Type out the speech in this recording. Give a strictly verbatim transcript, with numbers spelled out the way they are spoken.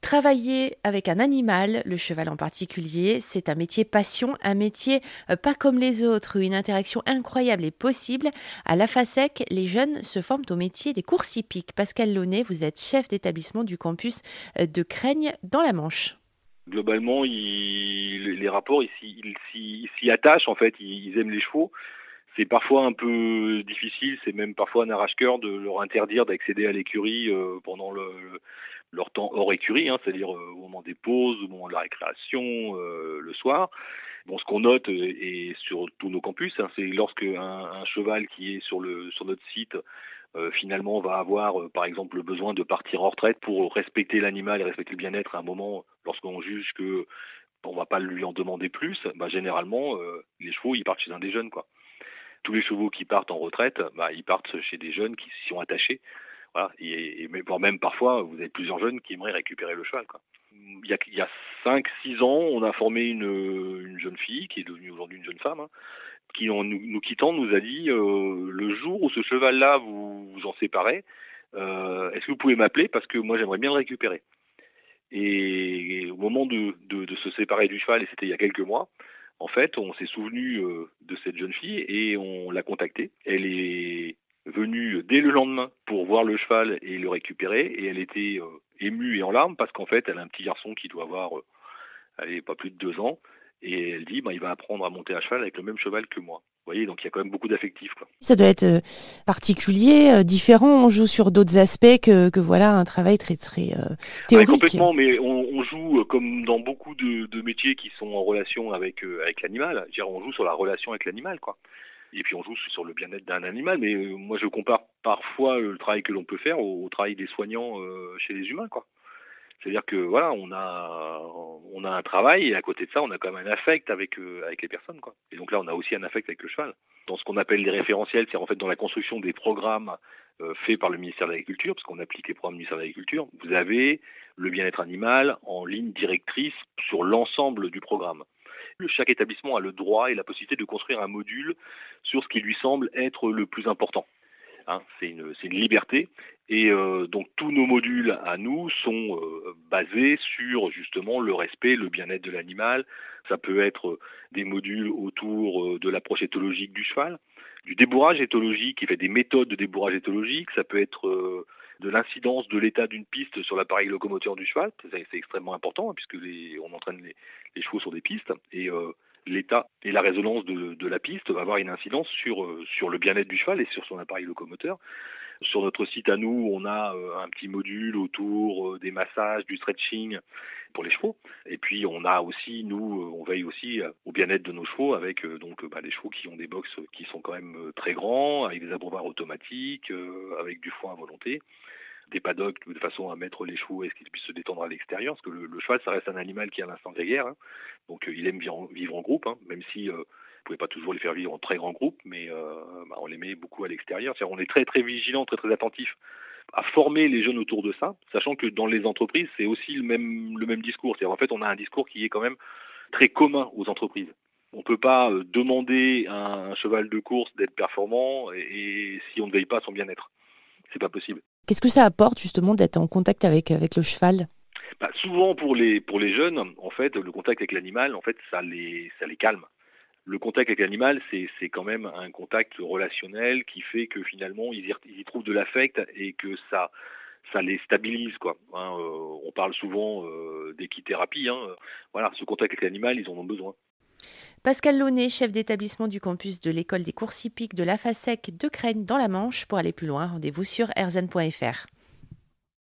Travailler avec un animal, le cheval en particulier, c'est un métier passion, un métier euh, pas comme les autres, où une interaction incroyable est possible. À la FASEC, les jeunes se forment au métier des courses hippiques. Pascal Launay, vous êtes chef d'établissement du campus euh, de Creignes dans la Manche. Globalement, ils, les rapports, ils, s'y- ils s'y ils s'y attachent en fait, ils, ils aiment les chevaux. C'est parfois un peu difficile, c'est même parfois un arrache-cœur de leur interdire d'accéder à l'écurie euh, pendant le, le- leur temps hors écurie, hein, c'est-à-dire euh, au moment des pauses, au moment de la récréation, euh, le soir. Bon, ce qu'on note, euh, et sur tous nos campus, hein, c'est lorsque un, un cheval qui est sur le sur notre site euh, finalement va avoir euh, par exemple le besoin de partir en retraite pour respecter l'animal et respecter le bien-être à un moment, lorsqu'on juge que on va pas lui en demander plus, bah généralement euh, les chevaux ils partent chez un des jeunes quoi. Tous les chevaux qui partent en retraite, bah ils partent chez des jeunes qui s'y sont attachés. Voilà, et, et voire même parfois vous avez plusieurs jeunes qui aimeraient récupérer le cheval quoi. Il y a, il y a cinq six ans, on a formé une, une jeune fille qui est devenue aujourd'hui une jeune femme, hein, qui en nous, nous quittant nous a dit euh, le jour où ce cheval-là vous vous en séparez, euh, est-ce que vous pouvez m'appeler parce que moi j'aimerais bien le récupérer. Et au moment de, de, de se séparer du cheval, et c'était il y a quelques mois, en fait, on s'est souvenu euh, de cette jeune fille et on l'a contactée. Elle est venue dès le lendemain pour voir le cheval et le récupérer, et elle était euh, émue et en larmes parce qu'en fait, elle a un petit garçon qui doit avoir, euh, allez, pas plus de deux ans, et elle dit, bah, il va apprendre à monter à cheval avec le même cheval que moi. Vous voyez, donc il y a quand même beaucoup d'affectifs, quoi. Ça doit être euh, particulier, euh, différent. On joue sur d'autres aspects que, que voilà un travail très très euh, Ouais, théorique. complètement, mais on, on joue euh, comme dans beaucoup de, de métiers qui sont en relation avec euh, avec l'animal. Je veux dire, on joue sur la relation avec l'animal, quoi. Et puis on joue sur le bien-être d'un animal. Mais euh, moi, je compare parfois le travail que l'on peut faire au, au travail des soignants euh, chez les humains, quoi. C'est-à-dire que voilà, on a on a un travail et à côté de ça, on a quand même un affect avec euh, avec les personnes, quoi. Et donc là, on a aussi un affect avec le cheval. Dans ce qu'on appelle les référentiels, c'est en fait dans la construction des programmes euh, faits par le ministère de l'Agriculture, parce qu'on applique les programmes du ministère de l'Agriculture, vous avez le bien-être animal en ligne directrice sur l'ensemble du programme. Chaque établissement a le droit et la possibilité de construire un module sur ce qui lui semble être le plus important. Hein, c'est une, c'est une liberté. Et euh, donc tous nos modules à nous sont euh, basés sur justement le respect, le bien-être de l'animal. Ça peut être des modules autour euh, de l'approche éthologique du cheval, du débourrage éthologique, qui fait des méthodes de débourrage éthologique. Ça peut être euh, de l'incidence de l'état d'une piste sur l'appareil locomoteur du cheval. C'est, c'est extrêmement important hein, puisque les, on entraîne les, les chevaux sur des pistes. Et euh, l'état et la résonance de, de la piste va avoir une incidence sur, euh, sur le bien-être du cheval et sur son appareil locomoteur. Sur notre site à nous, on a euh, un petit module autour euh, des massages, du stretching pour les chevaux. Et puis on a aussi, nous, euh, on veille aussi euh, au bien-être de nos chevaux avec euh, donc bah, les chevaux qui ont des box qui sont quand même euh, très grands, avec des abreuvoirs automatiques, euh, avec du foin à volonté, des paddocks de façon à mettre les chevaux et qu'ils puissent se détendre à l'extérieur, parce que le, le cheval, ça reste un animal qui a l'instinct grégaire, hein. Donc euh, il aime vivre en, vivre en groupe, hein, même si euh, vous pouvez pas toujours les faire vivre en très grand groupe, mais euh, bah, on les met beaucoup à l'extérieur. C'est-à-dire on est très très vigilant, très très attentif à former les jeunes autour de ça, sachant que dans les entreprises, c'est aussi le même le même discours. C'est-à-dire en fait, on a un discours qui est quand même très commun aux entreprises. On ne peut pas euh, demander à un cheval de course d'être performant et, et si on ne veille pas à son bien-être. C'est pas possible. Qu'est-ce que ça apporte justement d'être en contact avec avec le cheval? Bah, souvent pour les pour les jeunes, en fait, le contact avec l'animal, en fait, ça les ça les calme. Le contact avec l'animal, c'est c'est quand même un contact relationnel qui fait que finalement ils y, ils y trouvent de l'affect et que ça ça les stabilise quoi. Hein, euh, on parle souvent euh, d'équithérapie. Hein, voilà, ce contact avec l'animal, ils en ont besoin. Pascal Launay, chef d'établissement du campus de l'école des courses hippiques de la FASEC de Creignes dans la Manche. Pour aller plus loin, rendez-vous sur erzen point f r.